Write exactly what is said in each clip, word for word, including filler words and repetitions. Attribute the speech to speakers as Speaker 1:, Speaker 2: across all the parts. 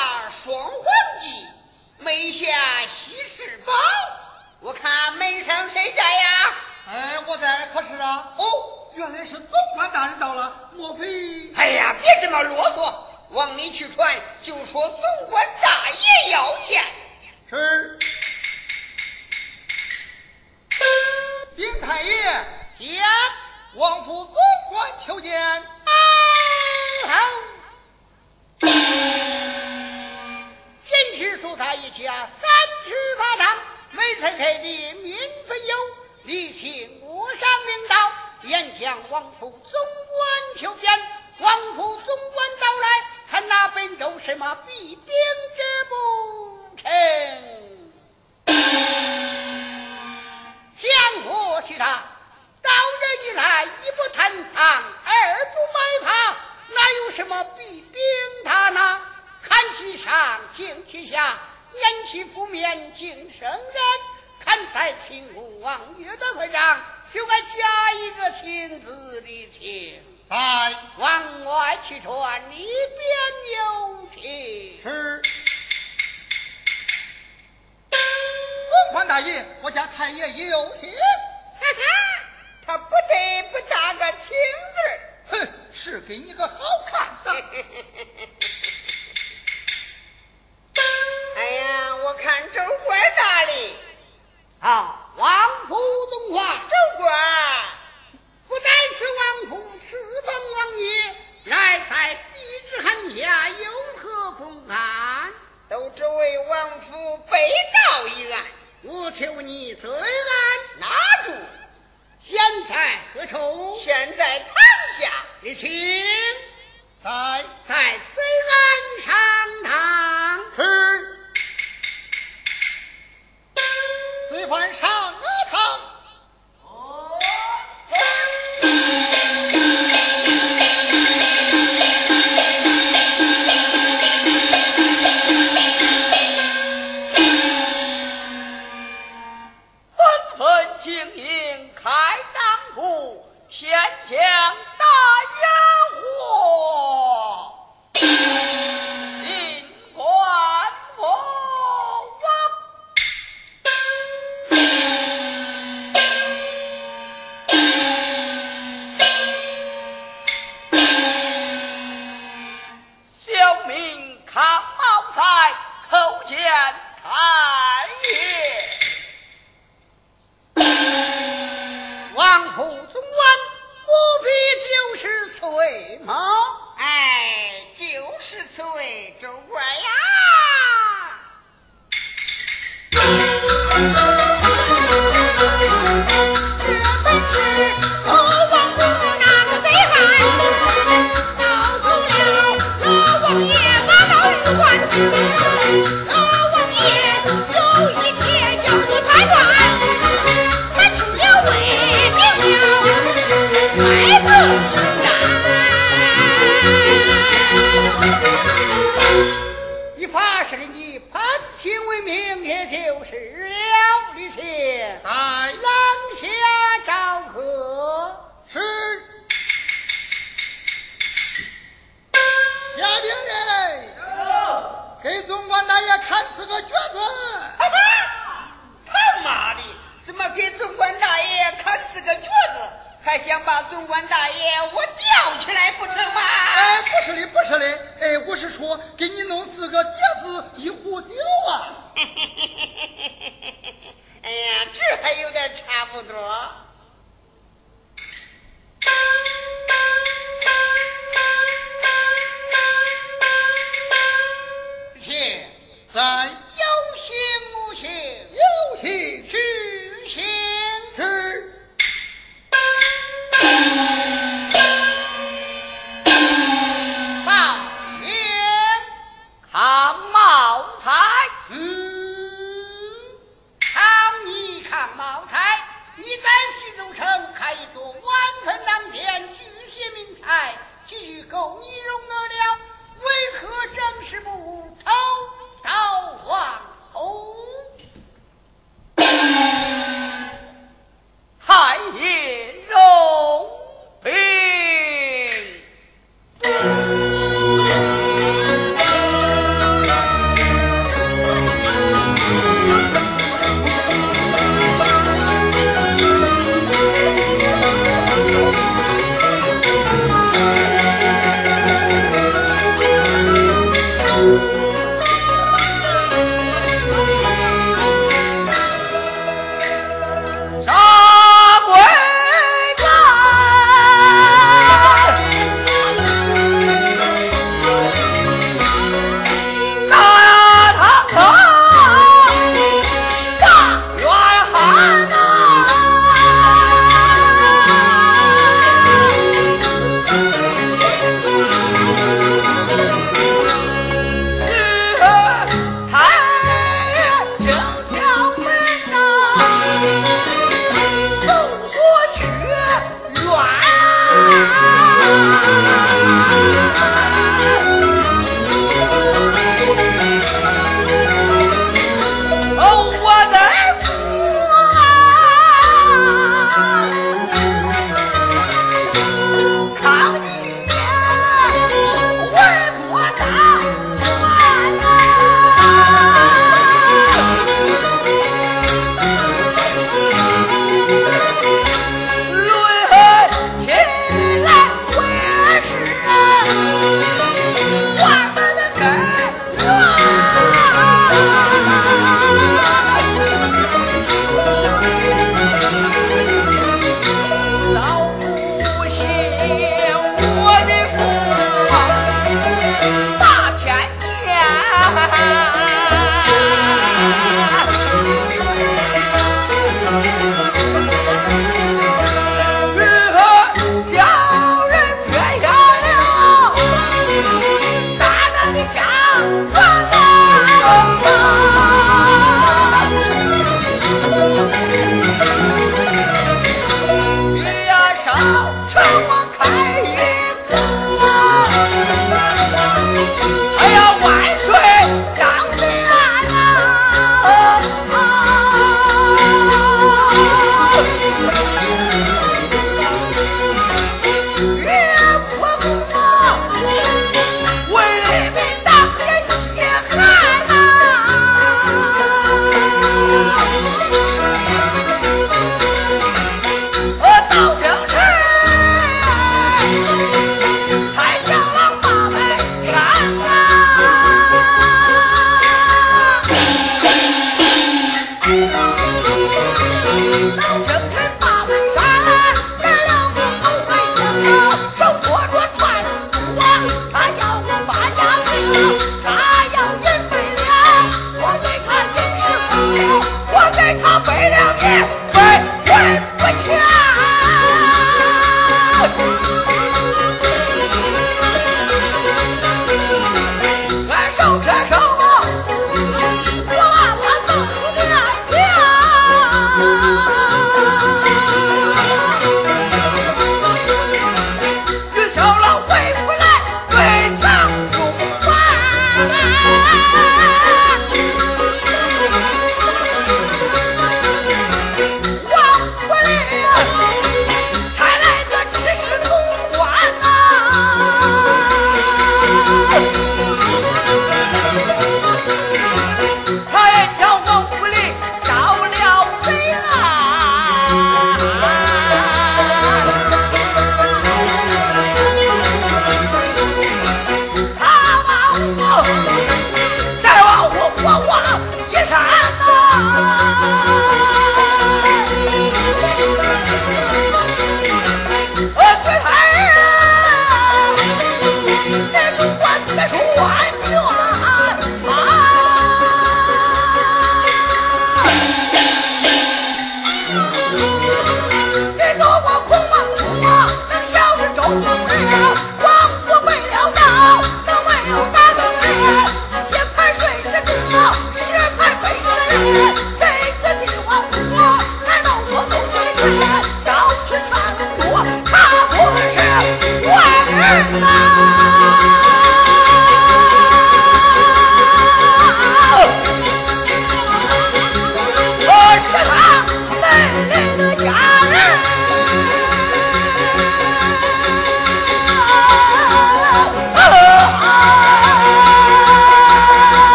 Speaker 1: 双黄鸡，没下喜事宝。我看门上谁在呀？
Speaker 2: 哎，我在，可是啊。
Speaker 1: 哦，
Speaker 2: 原来是总管大人到了，莫非？
Speaker 1: 哎呀，别这么啰嗦，往里去传，就说总管大爷要见。
Speaker 2: 是。禀太爷，
Speaker 1: 见
Speaker 2: 王府总管求见。
Speaker 1: 啊，好。坚持苏大一家三十八趟，每次开列民分忧，理清我上领导，沿向王府总管求见。王府总管到来，看那本州什么弊病之不成？将我去他，到这一来，一不贪藏，二不卖怕，哪有什么弊病他呢？看其上，敬其下，念其负面，敬圣人。看在亲吾望月的份上，就该加一个亲字的情。
Speaker 2: 在
Speaker 1: 往外去传，里边有情。
Speaker 2: 是。总管大爷，我家太爷有情。
Speaker 1: 哈哈，他不得不打个情字。
Speaker 2: 哼，是给你个好看的。
Speaker 1: 哎呀，我看州官大礼啊，王府总管州官不在此王府赐封王爷，来在彼之寒下，有何公案？都只为王府被告一案，我求你罪案拿住。现在何处？现在堂下。你请
Speaker 2: 在
Speaker 1: 在罪案上堂。
Speaker 2: 是。罪犯上哪堂？
Speaker 1: 哦，
Speaker 3: 纷纷经营开当铺，天降大烟火，尽管风王。小民康茂才叩见太爷。
Speaker 1: 王府总管不必就是此位吗？哎，就是此位州官呀。
Speaker 4: 这本是我王府那个贼汉，盗走了老王爷把刀日还。老王爷有一帖叫你判断，他清了位明了，快不清淡。
Speaker 1: 一发誓你判情为名，也就是了李妾
Speaker 2: 在
Speaker 1: 廊下招客。
Speaker 2: 是。下令人给总管大爷看四个橛子。
Speaker 1: 哈哈，他妈的，怎么给总管大爷砍四个橛子？还想把总管大爷我吊起来不成吗？
Speaker 2: 哎，不是的，不是的，哎，我是说给你弄四个碟子一壶酒啊。
Speaker 1: 哎呀，这还有点差不多。
Speaker 2: 且在
Speaker 1: 有情无情，
Speaker 2: 有情
Speaker 1: 去情
Speaker 2: 是。
Speaker 1: 报名
Speaker 3: 康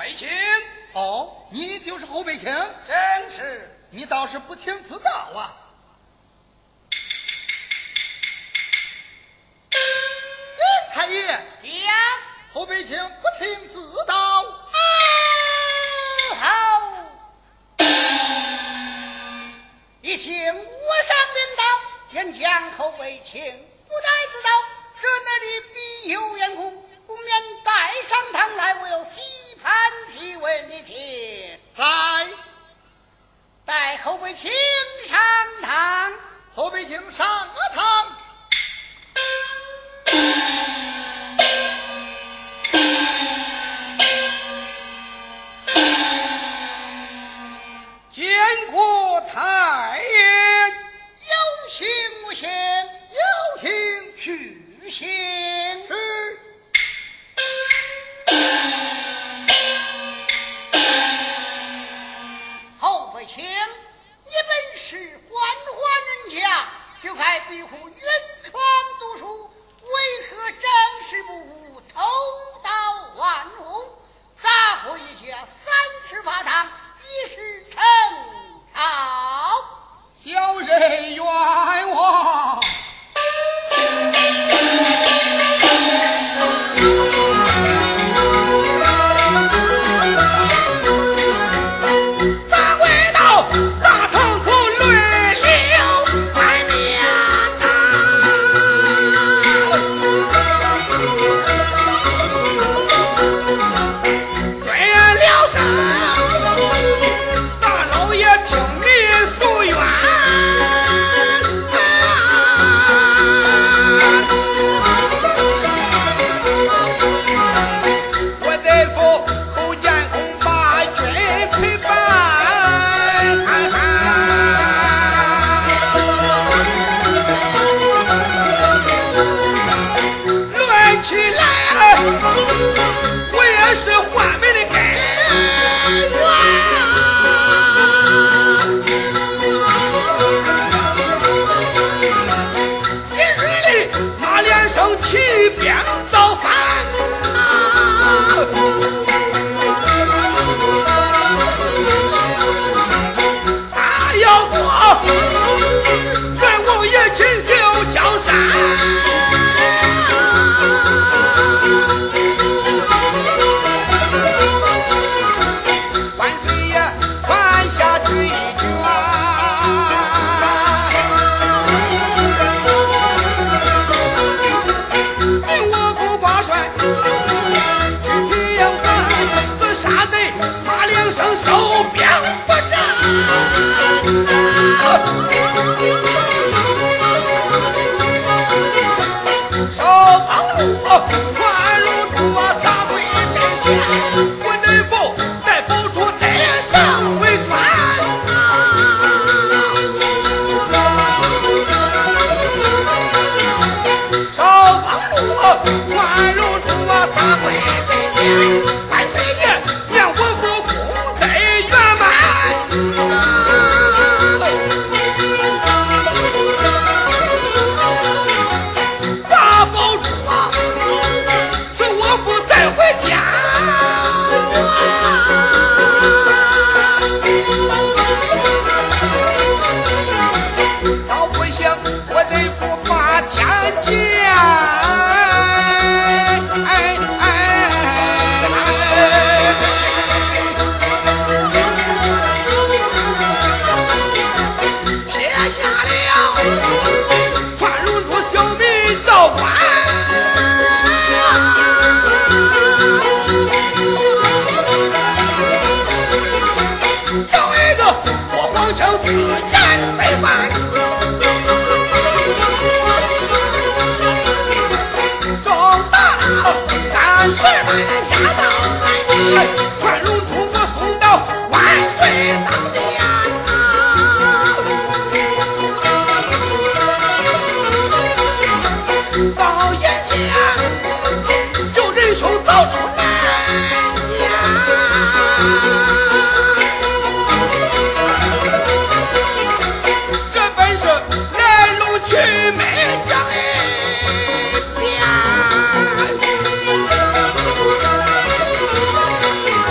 Speaker 3: 北清。
Speaker 2: 哦，你就是侯北清？
Speaker 3: 真是。
Speaker 2: 你倒是不请自到啊！太爷，
Speaker 1: 呀，
Speaker 2: 侯北清不请自到。
Speaker 1: 好，一请我上禀道，愿将侯北清不待自到，这那里必有缘故，不免带上堂来，我有细盘细问的情。
Speaker 2: 在
Speaker 1: 带侯北清上堂。
Speaker 2: 侯北清上了堂。
Speaker 3: 见过太爷。
Speaker 1: 有请无请？
Speaker 2: 有请。
Speaker 1: 许请。
Speaker 2: 是。
Speaker 1: 侯北清，你本是官宦人家，就该庇护远闯读书，为何正事不务，偷盗玩物，砸毁一家三尺法堂，一时成朝？
Speaker 3: 小人冤枉。起边造反啊！大要过，愿王爷锦绣江山。万岁爷传下旨意卷。杀贼马良生收兵不战，少帮路传入主啊，砸跪阵前，我内部再保住带上为专啊，少帮路传入主啊，砸跪阵前。死人罪犯，壮大了三十万家当，传入中国送到万岁当殿啊！到眼前就仁兄早出南家。是来龙去脉讲一遍，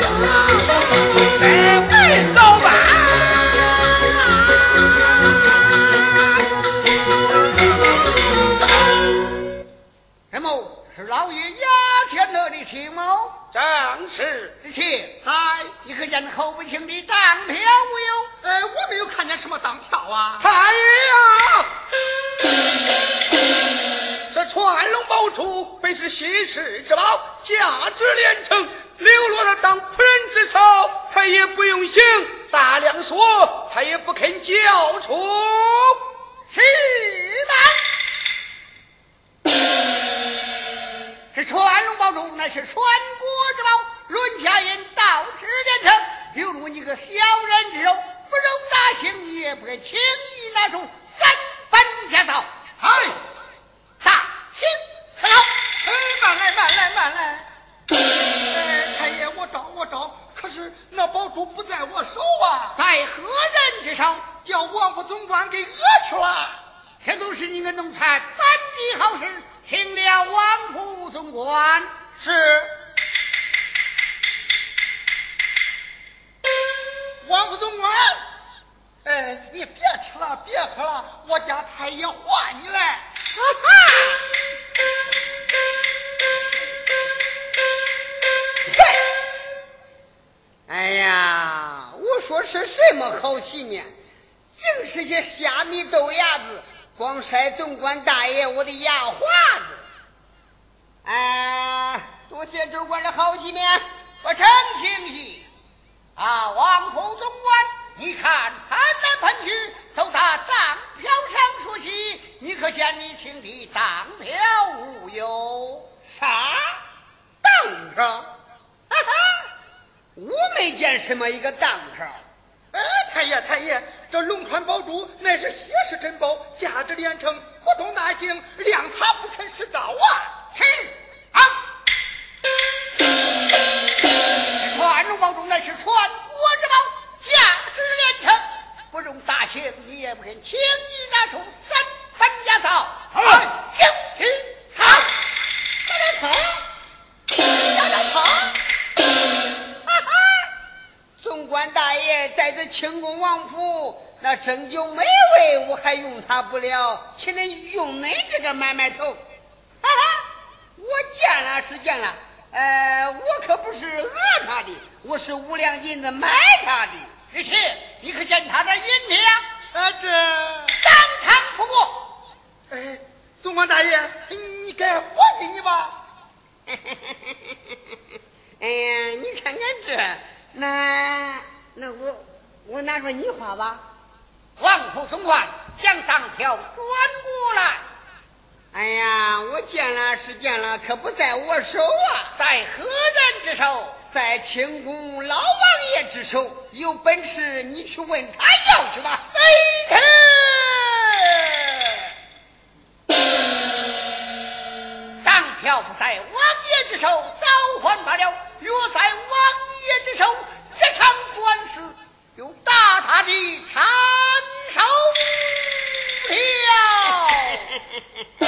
Speaker 3: 情啊，身为老板。
Speaker 1: 什么是老爷衙前的的秦某？
Speaker 3: 正是。
Speaker 1: 子期在，你可见口不清的当票无有？
Speaker 2: 呃，我没有看见什么当票啊。
Speaker 3: 太爷啊！这传龙宝珠本是稀世之宝，价值连城，流落的当仆人之手，他也不用刑，大量说他也不肯交出。
Speaker 1: 是吗？这传龙宝珠乃是传国之宝，论下人到此连城，流入你个小人之手，不容大刑，你也不该轻易拿出三分家嫂。
Speaker 2: 嗨，
Speaker 1: 大刑伺候。
Speaker 2: 哎，慢来慢来慢来。哎，太爷，我找我找，可是那宝珠不在我手啊，
Speaker 1: 在何人之手？
Speaker 2: 叫王府总管给讹去了。
Speaker 1: 这都是你个奴才本地好事，请了王府总管。
Speaker 2: 是。王府总管，哎，你别吃了，别喝了，我家太爷唤你来。
Speaker 1: 哈哈！嘿，哎呀，我说是什么好戏面，竟是些虾米豆芽子，光晒总管大爷我的牙花子。哎，多谢州官的好戏面，我真庆幸啊！王府总管，你看攀来攀去，走到当票上说起，你可见你请的当票无有？啥当票？哈哈，我没见什么一个当票。
Speaker 2: 哎，太爷太爷，这龙川宝珠乃是稀世珍宝，价值连城，不同大刑，量他不肯施招啊！
Speaker 1: 是啊，传龙宝珠乃是传国之宝，价值连城，不容大刑，你也不肯轻易拿出三分家嫂。哎，请去草，大家草，大家草。总管大爷在这清宫王府，那针灸美味，我还用他不了，岂能用恁这个买卖头？哈哈，我见了是见了，呃，我可不是讹他的，我是五两银子买他的。而且你可见他的银两？
Speaker 2: 啊，这
Speaker 1: 当堂不过。
Speaker 2: 哎，总管大爷，你该还给你吧。
Speaker 1: 哎呀，你看看这。那那我我拿出你话吧，王府总管将当票转过来。哎呀，我见了是见了，可不在我手啊，在何人之手？在清宫老王爷之手。有本事你去问他要去吧。哎嘿，当票不在王爷之手，早还罢了。若在王爷之手，这场官司有大大的缠手了。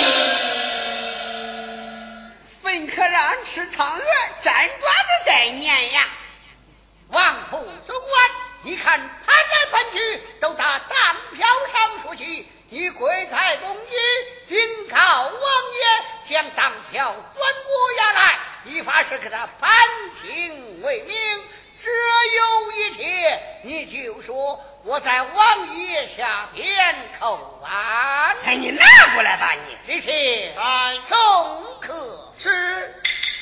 Speaker 1: 分可让吃汤圆，粘爪子在粘牙。王府总管，你看攀来攀去，都打当票上说起，你跪在中间禀告王爷，将当票转过衙来，依法是给他判刑为名。只有一天，你就说我在王爷下边叩安。
Speaker 3: 哎，你拿过来吧你。
Speaker 1: 这些
Speaker 2: 哎，
Speaker 1: 送客
Speaker 2: 是。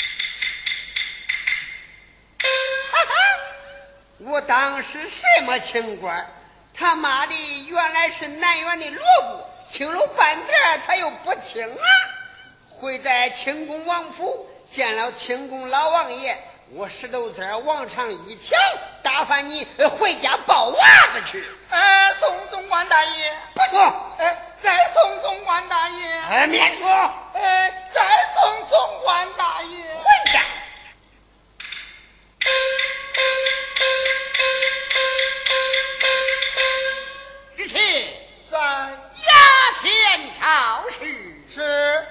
Speaker 1: 哈哈，我当是什么清官？他妈的，原来是南园的萝卜，清了半点他又不清啊！会在清宫王府见了清宫老王爷，我石头子往上一挑，打发你回家抱娃子去。
Speaker 2: 哎，宋总管大爷，
Speaker 1: 不错。
Speaker 2: 哎，再送总管大爷。
Speaker 1: 哎，免说。
Speaker 2: 哎，再送总管大爷。
Speaker 1: 混蛋！之前
Speaker 2: 在
Speaker 1: 衙前朝事
Speaker 2: 是。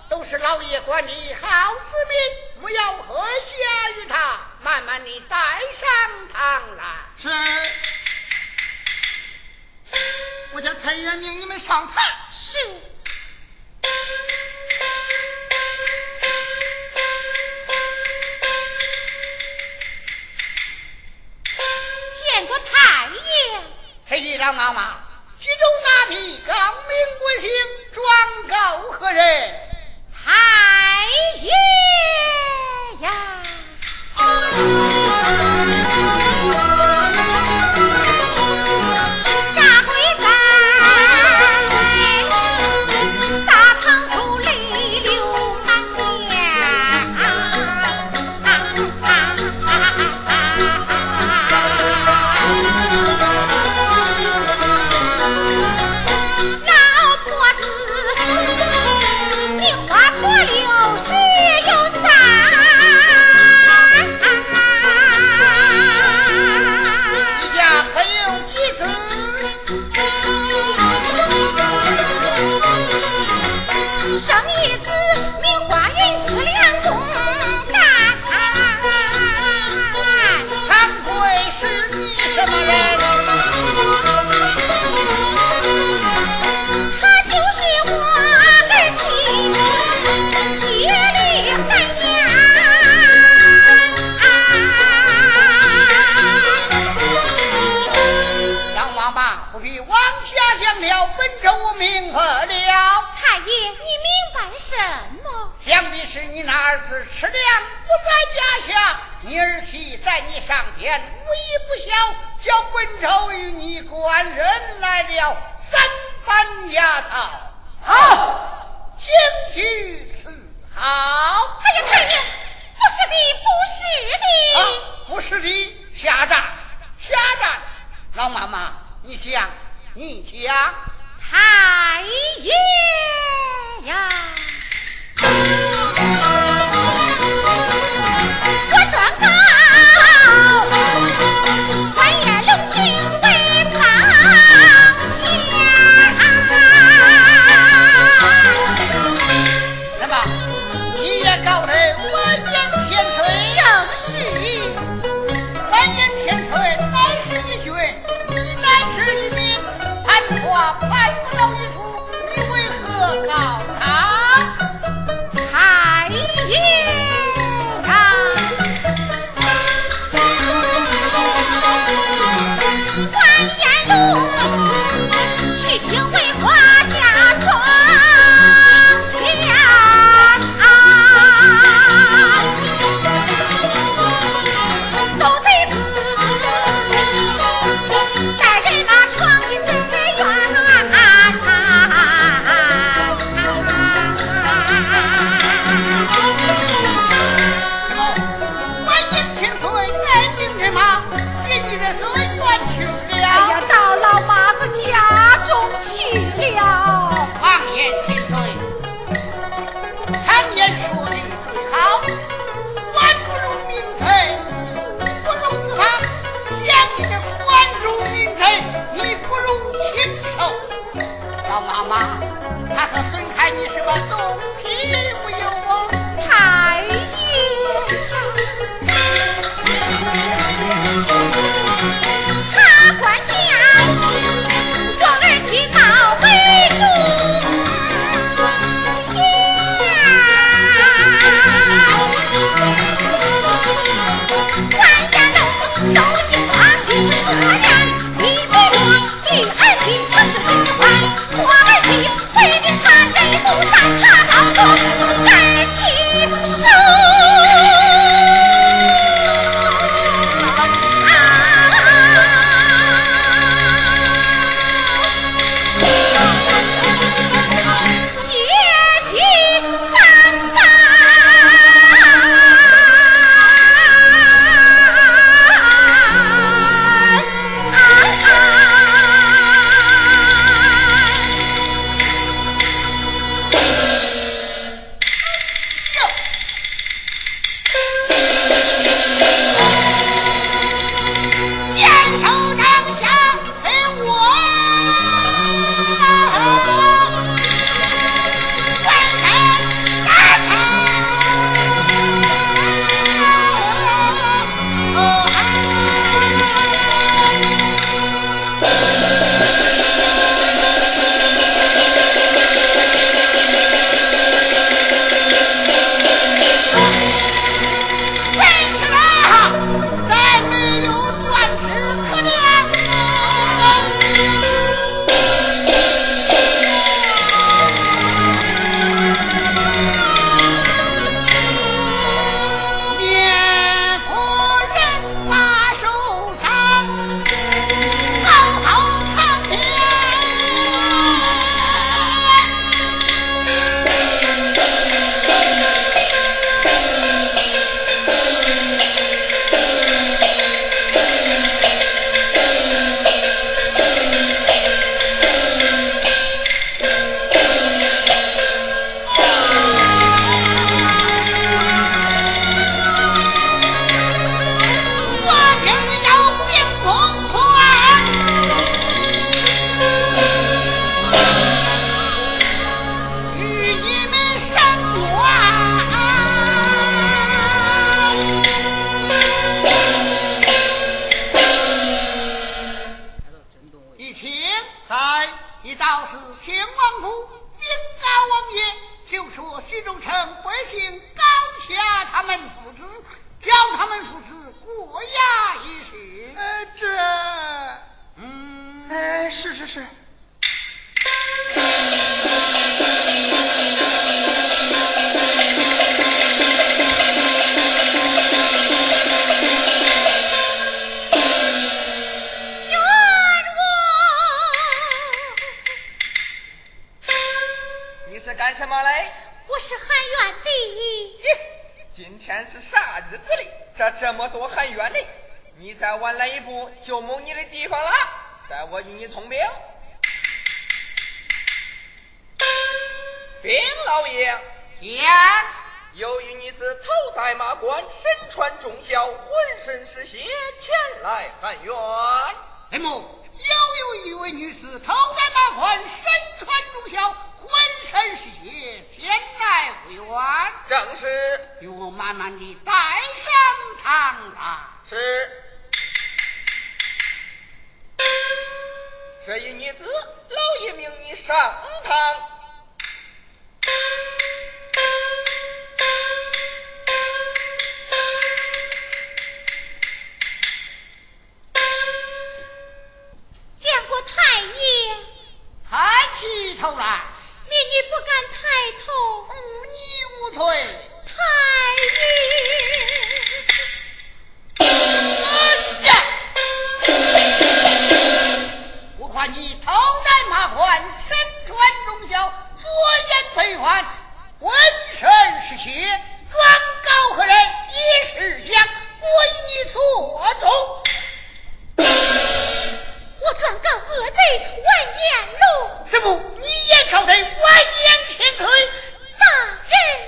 Speaker 1: 都是老爷管的好子民，莫要喝下于他，慢慢的带上堂来。
Speaker 2: 是，我叫太爷命你们上堂。
Speaker 4: 是。见过太爷。
Speaker 1: 黑衣老妈妈，举手拿笔，刚名不姓，状告何人？
Speaker 4: 太爷呀！扎鬼在大仓库泪流满面，老婆子名花破六十有三，
Speaker 1: 西家可有几次？
Speaker 4: 生一子名花人是两公干，
Speaker 1: 唐贵是你什么人？
Speaker 4: 他就是我儿妻叶丽寒呀。
Speaker 1: 老妈妈不必往下讲了，本州无名何了？
Speaker 4: 太爷，你明白什么？
Speaker 1: 想必是你那儿子吃粮不在家下，你儿媳在你上边无一不孝，叫本州与你官人来了三番压草。好，请据此好。
Speaker 4: 哎呀，太爷，不是的，不是的。
Speaker 1: 啊，不是的，下站，下站。老妈妈，你讲，你讲。
Speaker 4: 太爷呀！我转告官爷龙行为堂前，
Speaker 1: 什么？你也搞得完颜千岁？
Speaker 4: 正是。
Speaker 1: 完颜千岁乃是一君，你乃是一民，判话判不到一处，你为何告他？
Speaker 4: 太爷呀！完颜龙去行为花家庄前，狗贼子带人马闯进贼院，
Speaker 1: 完颜千岁带领人马随你的所愿去
Speaker 4: 哎呀
Speaker 1: 了。，
Speaker 4: 到老妈子家中去了。
Speaker 1: 王爷千岁，常言说的最好，官不如民财，富不如自旁。像你这官如民财，你不如禽兽。老妈妈，他可损害你什么东西不有啊？
Speaker 4: 太爷呀，他管教王儿妻冒为主完颜龙手心花心自然，你不说你儿妻承受心怀，我儿妻为民他人不战，他当作
Speaker 1: 徐州城百姓高下他们父子，叫他们父子过衙一事。
Speaker 2: 呃，这，
Speaker 1: 嗯，
Speaker 2: 哎，是是是。
Speaker 3: 干什么嘞？
Speaker 4: 我是喊冤的。
Speaker 3: 今天是啥日子哩？这这么多喊冤的，你再晚来一步就没你的地方了。待我与你通禀。禀老爷，
Speaker 1: 讲，
Speaker 3: 由于女子头戴马冠，身穿重孝，浑身是血，前来喊冤。
Speaker 1: 黑木，又有一位女子头戴马冠，身穿重孝，浑身是血，前来回冤。
Speaker 3: 正是，
Speaker 1: 与我慢慢地带上堂来。
Speaker 3: 是。这一女子，老爷命你上堂。
Speaker 4: 见过太爷。
Speaker 1: 抬起头来。
Speaker 4: 民女不敢抬头。
Speaker 1: 无你无罪。
Speaker 4: 太爷。
Speaker 1: 哎呀！我看你头戴马冠，身穿重孝，左眼背环，浑身是血，状告何人？一是将我与你所中。
Speaker 4: 我状告恶贼完颜龙。
Speaker 1: 这不，你也靠得完颜千岁。
Speaker 4: 大人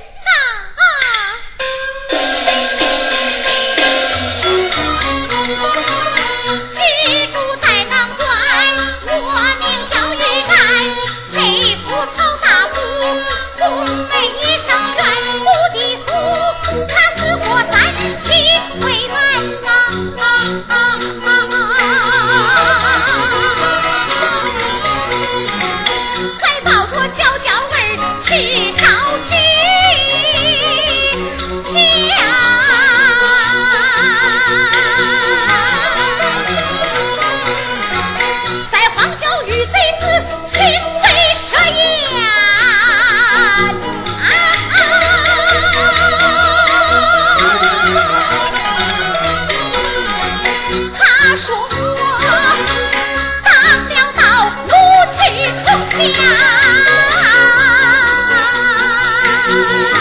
Speaker 4: 呐，居住在南关，我名叫玉干，配夫曹大夫，红梅一生远无地府，他死过三七回来啊啊啊啊啊！还抱着小娇儿去烧纸钱。在荒郊与贼子行为设宴啊啊！他说我当了道，怒气冲天。